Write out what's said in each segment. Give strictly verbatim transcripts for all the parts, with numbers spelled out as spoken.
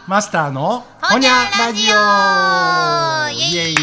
マスターのほにゃラジオイエイ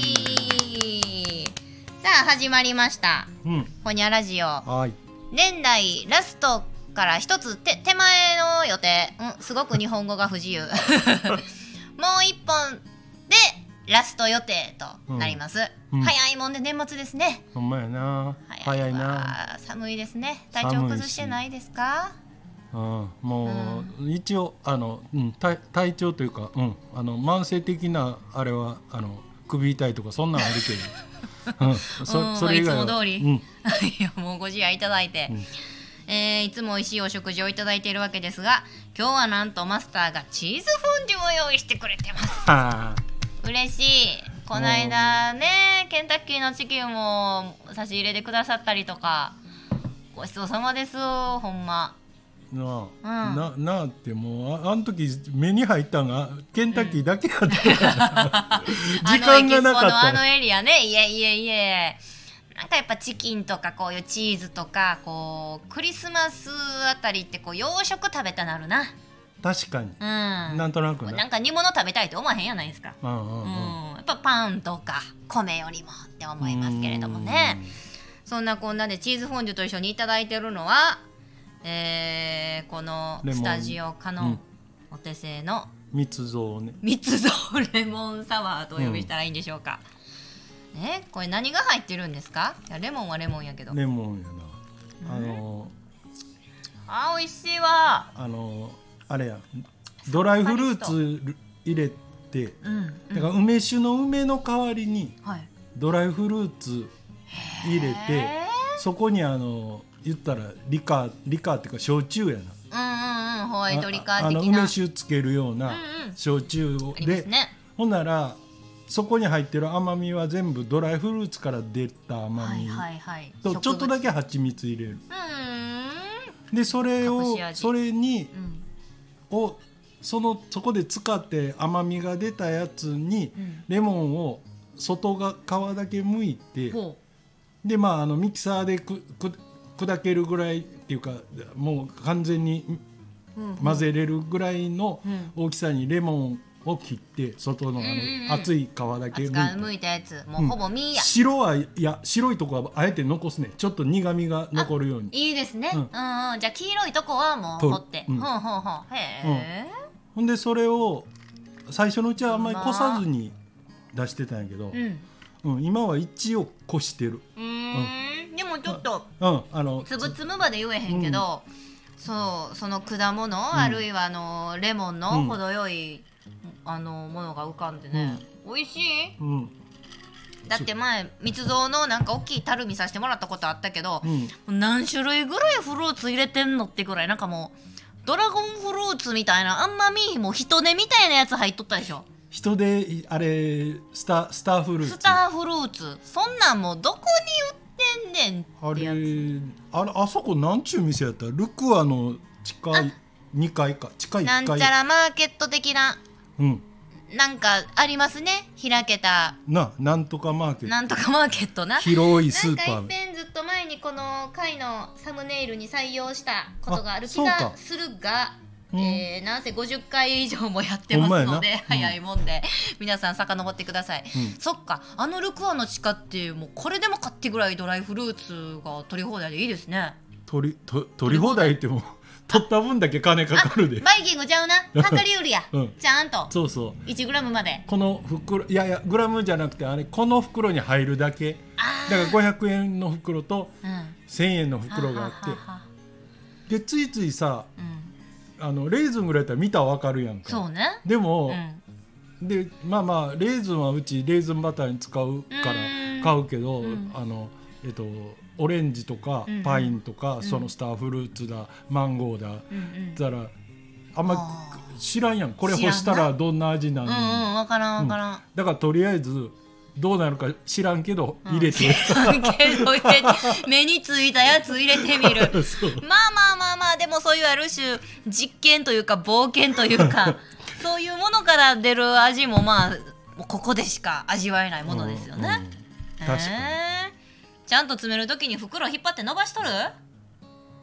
さあ始まりました、うん、ほにゃラジオ。はい、年内ラストから一つ手前の予定、うん、すごく日本語が不自由もう一本でラスト予定となります、うんうん、早いもんで年末ですね。 ほんまやな。早いな。 寒いですね。体調崩してないですか？ うん、もう、うん、一応あの、うん、体, 体調というか、うん、あの慢性的なあれはあの首痛いとかそんなんあるけど、うん、そ, それ以外は、 いつも通り、うん、いやもうご自愛いただいて、うん、えー、いつも美味しいお食事をいただいているわけですが、今日はなんとマスターがチーズフォンデュを用意してくれてます嬉しい。この間ね、ケンタッキーのチキンも差し入れてくださったりとか、ごちそうさまですほんまなあ、うん、な, なあってもう あ, あの時目に入ったんがケンタッキーだけやったから、うん、時間がなかった。 あのエキスポのあのエリアね、いえいえいえ、なんかやっぱチキンとかこういうチーズとかこうクリスマスあたりってこう洋食食べたなるな。 確かに、うん、なんとなくね、 なんか煮物食べたいと思わへんやないですか、うんうんうんうん、やっぱパンとか米よりもって思いますけれどもね。そんなこんなでチーズフォンデュと一緒にいただいてるのは、えー、このスタジオカノンお手製の密造ね、 密造レモンサワーとお呼びしたらいいんでしょうか、うん、ね、これ何が入ってるんですか？いやレモンはレモンやけど。 レモンやな、あのー、あ、美味しいわ。 あのー、あれやドライフルーツ入れて、うんうん、だから梅酒の梅の代わりにドライフルーツ入れて、そこにあの言ったらリカーリカーっていうか焼酎やな、うんうんうん、ホワイトリカー的な、 あの梅酒つけるような焼酎で、うんうんね、ほんならそこに入ってる甘みは全部ドライフルーツから出た甘み、はいはいはい、とちょっとだけ蜂蜜入れる。うん、でそれをそれに、うん、をそのそこで使って甘みが出たやつに、うん、レモンを外が皮だけ剥いて、でまああのミキサーでくく砕けるぐらいっていうかもう完全に混ぜれるぐらいの大きさにレモンを切って、外のあの熱い皮だけ剥いたやつ、もうほぼ身や、うん、 白はいや白いとこはあえて残すね、ちょっと苦みが残るように。 いいですね、うんうんうん、じゃあ黄色いとこはもう掘って、うん、ほんほんほん、へえ、 うん、ほんでそれを最初のうちはあんまりこさずに出してたんやけど、うんうん、今は一応こしてる。うーん、うん、でもちょっと、 うん、あのつぶつぶまで言えへんけど、うん、そうその果物、うん、あるいはあのレモンの程よい、うん、あのものが浮かんでね、うん、美味しい、うん、だって前密造のなんか大きい樽見させてもらったことあったけど、うん、何種類ぐらいフルーツ入れてんのってぐらい、なんかもうドラゴンフルーツみたいな、あんまみもう人根みたいなやつ入っとったでしょ。 人であれスタ、スターフルーツスターフルーツ、そんなんもうどこに売ってんねんってやつ。 あれ あ, れあそこなんちゅう店やったらルクアの地下にかいか地下いっかい、 なんちゃらマーケット的な、うん、なんかありますね、開けたな、なんとかマーケット、 なんとかマーケットな、 広いスーパー。 なんかいっぺんずっと前にこの回のサムネイルに採用したことがある気がするが、うん、えー、なんせごじゅっかい以上もやってますので、うん、早いもんで皆さん遡ってください、うん、そっか、あのルクアの地下ってもうこれでもかってぐらいドライフルーツが取り放題でいいですね。 取り、と取り放題っても取った分だけ金かかるで。 バイキングちゃうな、量り売りや、うん、ちゃんとそうそういちグラムまで、 この袋、いやいやグラムじゃなくてあれこの袋に入るだけだから、ごひゃくえんの袋とせんえんの袋があって、ははははでついついさ、うん、あのレーズンぐらいだったら見たら分かるやんか。 そうね。 でも、うん、でまあまあレーズンはうちレーズンバターに使うから買うけど、うん、あのえっとオレンジとかパインとか、うん、そのスターフルーツだマンゴーだ、うんうん、だからあんま知らんやん、これ干したらどんな味なの、うんうん、 分からん分からん、うん、 だからとりあえずどうなるか知らんけど入れて、うん、 知らんけど入れて目についたやつ入れてみるまあまあまあまあ、でもそういうある種実験というか冒険というかそういうものから出る味もまあここでしか味わえないものですよね、うんうん、確かに、えー、ちゃんと詰めるときに袋引っ張って伸ばしとる？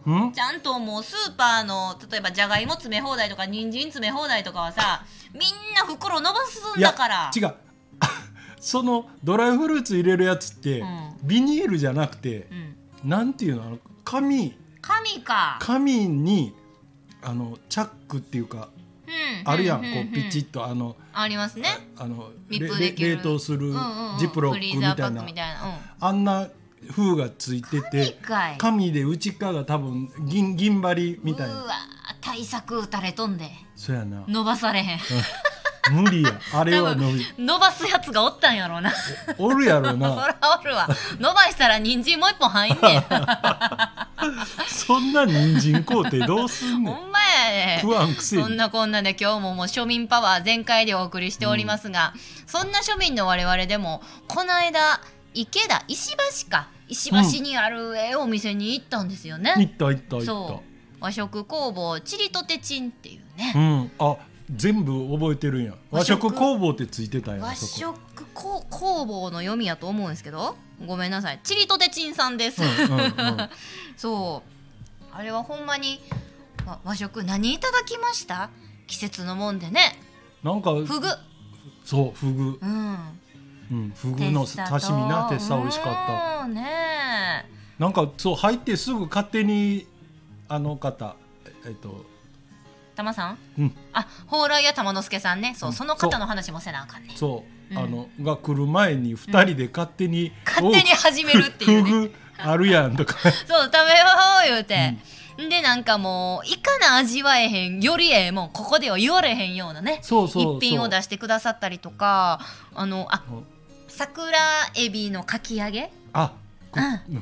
ちゃんともうスーパーの例えばじゃがいも詰め放題とか人参詰め放題とかはさみんな袋伸ばすんだから。 いや違うそのドライフルーツ入れるやつって、うん、ビニールじゃなくて、うん、なんていうの、あの紙紙か紙にあのチャックっていうか、うん、あるやん、うん、こうピチッとあのありますね、 あの冷凍するジップロックみたいな、うんうんうん、みたいな、うん、あんな封がついてて紙で内側が多分銀銀針みたいな。 うわ対策打たれとんでそうやな、 伸ばされへん無理やあれは伸び伸ばすやつがおったんやろうなおるやろうなそらおるわ伸ばしたら人参もう一本入んねんそんな人参工程どうすんねんほんまやね食わんくせに。 そんなこんなで今日ももう庶民パワー全開でお送りしておりますが、うん、そんな庶民の我々でもこの間池田石橋か石橋にあるええお店に行ったんですよね、 うん、行った行った行った。 そう和食工房チリとてちんっていうね、 うん、あ全部覚えてるんや。和食工房ってついてたんや。 和食工房の読みやと思うんですけどごめんなさい、チリとてちんさんです、うんうんうん、そうあれはほんまに和食何いただきました？季節のもんでね、 なんかフグ、 そうフグ、うんうん、フグの刺身な、テッサ美味しかったね。 なんかそう入ってすぐ勝手にあの方えっと玉さん、 うん、 あ蓬莱屋玉之助さんね、そう、うん、その方の話もせなあかんね。 そう、うん、あのが来る前にふたりで勝手に、うん、 勝手に始めるっていう、ね、 フグあるやんとかそう食べよう言うて、うん、でなんかもういかな味わえへんよりええもんここでは言われへんようなね、 そうそうそう、 一品を出してくださったりとか、あのあ桜エビのかき揚げ、 あ、 うん、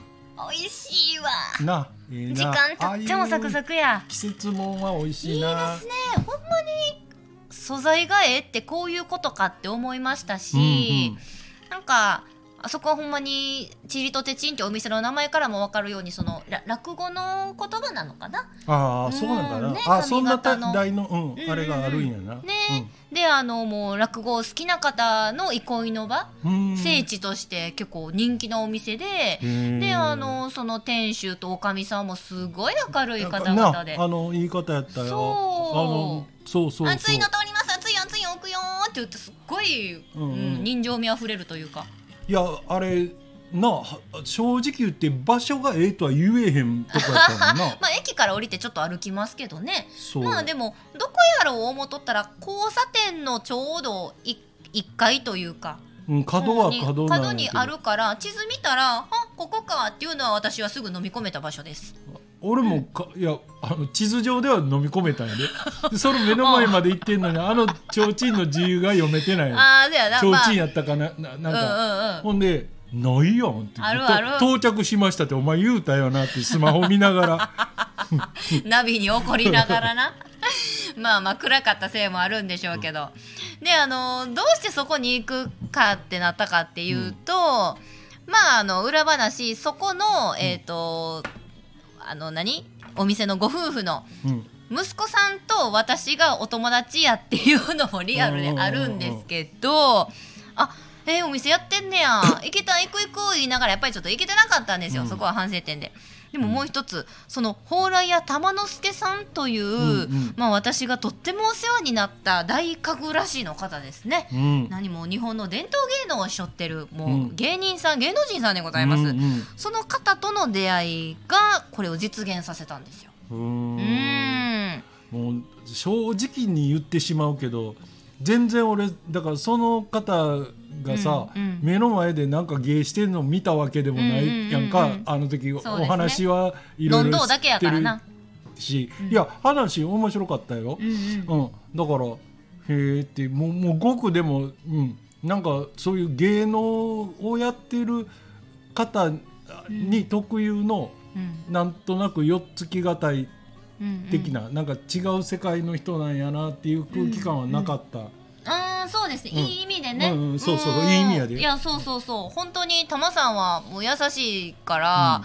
美味しいわな、いいな、 時間たってもサクサクや。 季節もんは美味しいな。 いいですね、ほんまに素材がええってこういうことかって思いましたし、うんうん、なんかあそこはほんまにチリとてちんってお店の名前からも分かるようにその落語の言葉なのかな。 ああ、そうなんだな、ね、あそんな題の、うんうん、あれがあるんやな、 ね、うん、であのもう落語好きな方の憩いの場、聖地として結構人気のお店で、であのその店主とおかみさんもすごい明るい方々で、 あの言い方やったよ。 そうあのそうそうそう、 熱いの通ります、熱い熱い置くよって言ってすっごい、うんうん、人情味あふれるというか。 いやあれな、正直言って場所がええとは言えへんとこやったもんなまあ駅から降りてちょっと歩きますけどね。まあでもどこやろう思っとったら交差点のちょうどいっかいというか、 うん、角は角なんやけど、 角にあるから地図見たらあここかっていうのは私はすぐ飲み込めた場所です。 俺もか、うん、いやあの地図上では飲み込めたんやでそれ目の前まで行ってんのにあの提灯の自由が読めてないあそうやな、 提灯やったかな、な, なんか、うんうんうん、ほんでないやんってあるある到着しましたってお前言うたよなってスマホ見ながらナビに怒りながらなまあまあ暗かったせいもあるんでしょうけど、うん、であのどうしてそこに行くかってなったかっていうと、うん、まああの裏話そこのえっ、ー、と、うん、あの何お店のご夫婦の、うん息子さんと私がお友達やっていうのもリアルであるんですけど、あえー、お店やってんねや行けた行く行く言いながらやっぱりちょっと行けてなかったんですよ、うん、そこは反省点で。でももう一つその蓬莱屋玉之助さんという、うんうん、まあ、私がとってもお世話になった大神楽師の方ですね、うん、何も日本の伝統芸能を背負ってるもう芸人さん、うん、芸能人さんでございます、うんうん、その方との出会いがこれを実現させたんですよ。うーんもう正直に言ってしまうけど全然俺だからその方がさ、うんうん、目の前でなんか芸してるの見たわけでもないやんか、うんうんうん、あの時、ね、お話はいろいろ知ってるし、うん、いや話面白かったよ、うんうんうん、だからへーってもう、もうごくでも、うん、なんかそういう芸能をやってる方に特有の、うん、なんとなくよっつきがたい的な、うんうん、なんか違う世界の人なんやなっていう空気感はなかった、うんうん、 あそうですね、うん、いい意味でね、 うんうん、そうそう、いい意味やで。 いやそうそうそう本当に玉さんはもう優しいから、うん、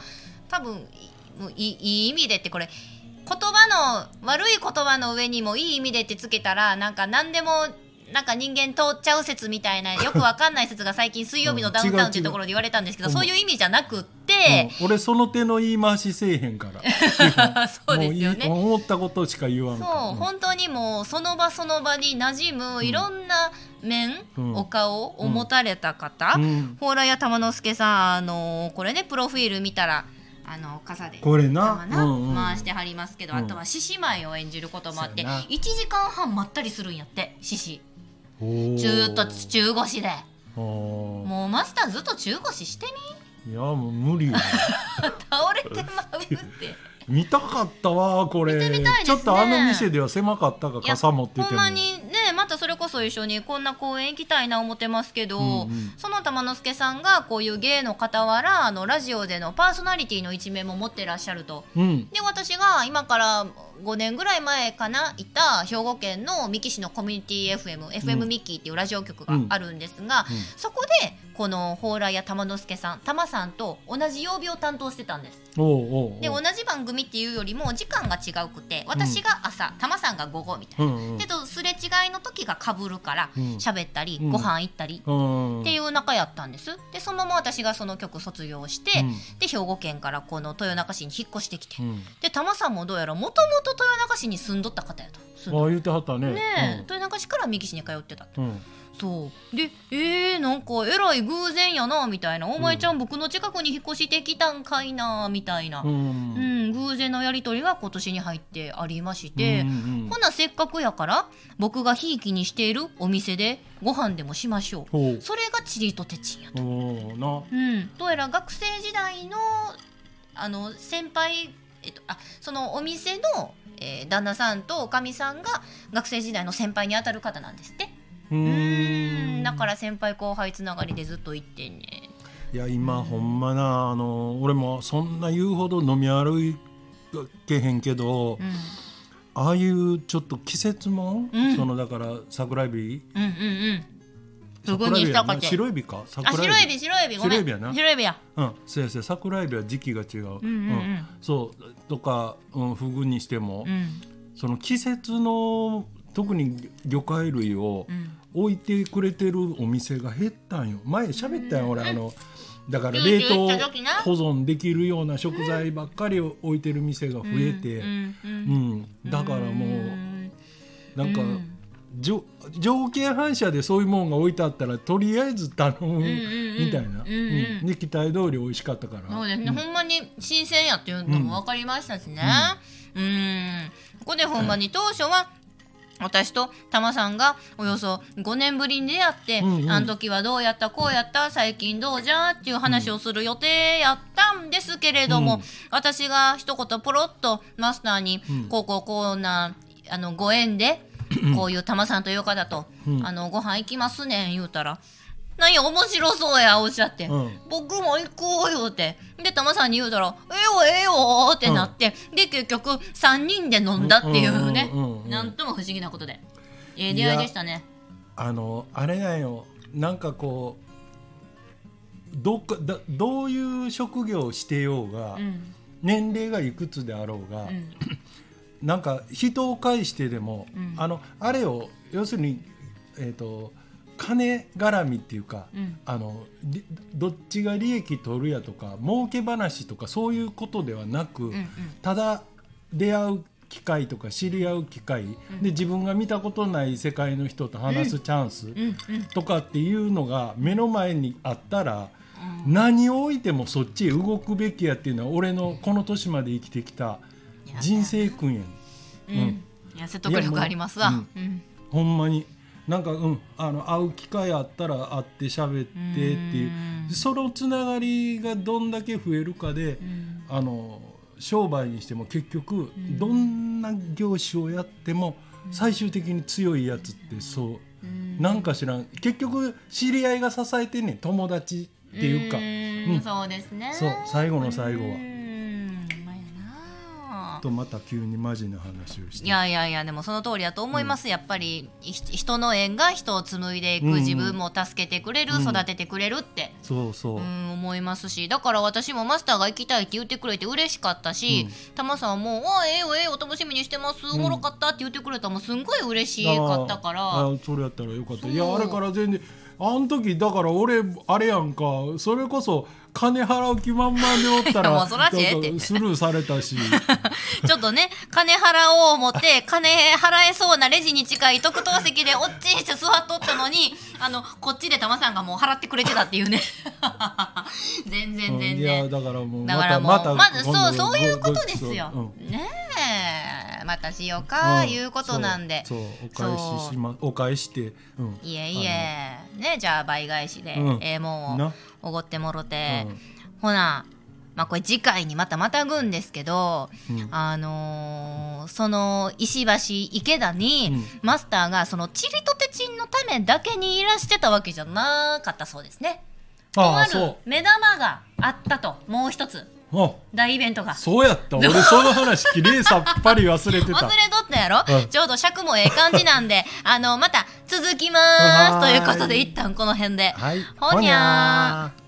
多分もうい い, いい意味でってこれ言葉の悪い言葉の上にもいい意味でってつけたらなんか何でもなんか人間通っちゃう説みたいなよくわかんない説が最近水曜日のダウンタウンっていうところで言われたんですけど、そういう意味じゃなくって、 うん、俺その手の言い回しせえへんからそうですよね、 もう思ったことしか言わんから。 そう、うん、本当にもうその場その場に馴染むいろんな面、うん、お顔を持たれた方、蓬莱屋玉之助さん、あのー、これねプロフィール見たらあの傘でこれな、 うんうん、回してはりますけど、うん、あとは獅子舞を演じることもあっていちじかんはん待ったりするんやって獅子ずっと中腰でもうマスターずっと中腰してみ。いやもう無理よ倒れてまうって見たかったわこれ。見てみたいですね。ちょっとあの店では狭かったか傘持ってても。 ほんまにね、またそれこそ一緒にこんな公園行きたいな思ってますけど、うんうん、その玉之助さんがこういう芸の傍らあのラジオでのパーソナリティの一面も持ってらっしゃると、うん、で私が今からごねんぐらい前かな行った兵庫県の三木市のコミュニティ エフエム、うん、エフエム ミッキーっていうラジオ局があるんですが、うんうん、そこでこの蓬莱屋玉之助さん玉さんと同じ曜日を担当してたんです。おうおうおうで同じ番組っていうよりも時間が違うくて私が朝、うん、玉さんが午後みたいな、うんうん、でとすれ違いの時が被るから喋、うん、ったり、うん、ご飯行ったり、うん、っていう仲やったんです。でそのまま私がその局卒業して、うん、で兵庫県からこの豊中市に引っ越してきて、うん、で玉さんもどうやらもともと豊中市に住んどった方やと。 ああ言ってはったね。 ねえ、うん、豊中市から三木市に通ってたと、うん、そうでえー、なんかえらい偶然やなみたいな、お前ちゃん僕の近くに引っ越してきたんかいなみたいな、うん、うん、偶然のやり取りが今年に入ってありまして、うんうん、ほなせっかくやから僕がひいきにしているお店でご飯でもしましょう。それがチリとテチンやと。な、うん、どうやら学生時代のあの先輩、えっと、あそのお店の、えー、旦那さんとおかみさんが学生時代の先輩にあたる方なんですって。うーん、だから先輩後輩つながりでずっと行ってんね。 いや今ほんまな、あの俺もそんな言うほど飲み歩けへんけど、うん、ああいうちょっと季節も、うん、そのだから桜エビ、うんうんうんふぐにしたかて白エビか桜エビ、あ白エビ白エビごめん白エビやな白エビやうんそうやそうや桜エビは時期が違う、うんうんうんうん、そうとか、うん、ふぐにしても、うん、その季節の特に魚介類を置いてくれてるお店が減ったんよ。前喋ったよ、うん、俺あのだから冷凍保存できるような食材ばっかりを置いてる店が増えて、うんうんうんうん、だからもうなんか、うん、条件反射でそういうものが置いてあったらとりあえず頼むみたいな、で期待通り美味しかったから。 そうですね、うん、ほんまに新鮮やっていうのも分かりましたしね、うんうん、ここでほんまに当初は私と玉さんがおよそごねんぶりに出会って、うんうん、あの時はどうやったこうやった最近どうじゃっていう話をする予定やったんですけれども、うん、私が一言ポロッとマスターに、うん、こうこうこうなあのご縁でこういう玉さんという方と、うん、あのご飯行きますねん言うたら、なんや面白そうやおっしゃって、うん、僕も行こうよってで玉さんに言うたらええよええよってなって、うん、で結局さんにんで飲んだっていうね、うんうんうんうん、なんとも不思議なことでええ出会いでしたね。 あのあれだよ、なんかこうどっかだどういう職業をしてようが、うん、年齢がいくつであろうが、うん、なんか人を介してでも、うん、あのあれを要するにえっと金絡みっていうか、うん、あのどっちが利益取るやとか儲け話とかそういうことではなく、うんうん、ただ出会う機会とか知り合う機会、うん、で自分が見たことない世界の人と話すチャンスとかっていうのが目の前にあったら、うん、何を置いてもそっちへ動くべきやっていうのは俺のこの年まで生きてきた人生訓やん、 うんうん、いや説得力ありますわ、うんうん、ほんまになんか、うん、あの会う機会あったら会って喋ってっていう、そのつながりがどんだけ増えるかで、あの商売にしても結局どんな業種をやっても最終的に強いやつってそう、なんか知らん結局知り合いが支えてんねん、友達っていうか、 うん、そうですね、 そう最後の最後はとまた急にマジな話をして、 いやいやいやでもその通りだと思います、うん、やっぱり人の縁が人を紡いでいく、うんうん、自分も助けてくれる、うん、育ててくれるって、 そうそう、 うん、思いますし、だから私もマスターが行きたいって言ってくれて嬉しかったし、うん、タマさんも「あええよええよ楽しみにしてます、おもろかった」って言ってくれたらもうすんごい嬉しかったから、 ああそれやったらよかった。いやあれから全然あの時だから俺あれやんか、それこそ金払う気満々でおったらもうそらしえってスルーされたしちょっとね金払おう思って金払えそうなレジに近い特等席でおっちいして座っとったのにあのこっちでタマさんがもう払ってくれてたっていうね全然全然、うん、いやだからもうだからもうまたまずそうそういうことですよ、うん、ねえまたしようか、うん、いうことなんで、 そうそうお返ししまお返して、うん、 いえいえねじゃあ倍返しで、うん、ええもうおごってもろて、うん、ほなまあこれ次回にまたまたぐんですけど、うん、あのー、その石橋池田に、うん、マスターがそのチリとてちんのためだけにいらしてたわけじゃなかったそうですね。とある目玉があったと、もう一つ大イベントが。 そうやった俺その話きれいさっぱり忘れてた忘れとったやろ、うん、ちょうど尺もええ感じなんであのまた続きますということで一旦この辺で、 はい、 ほにゃー。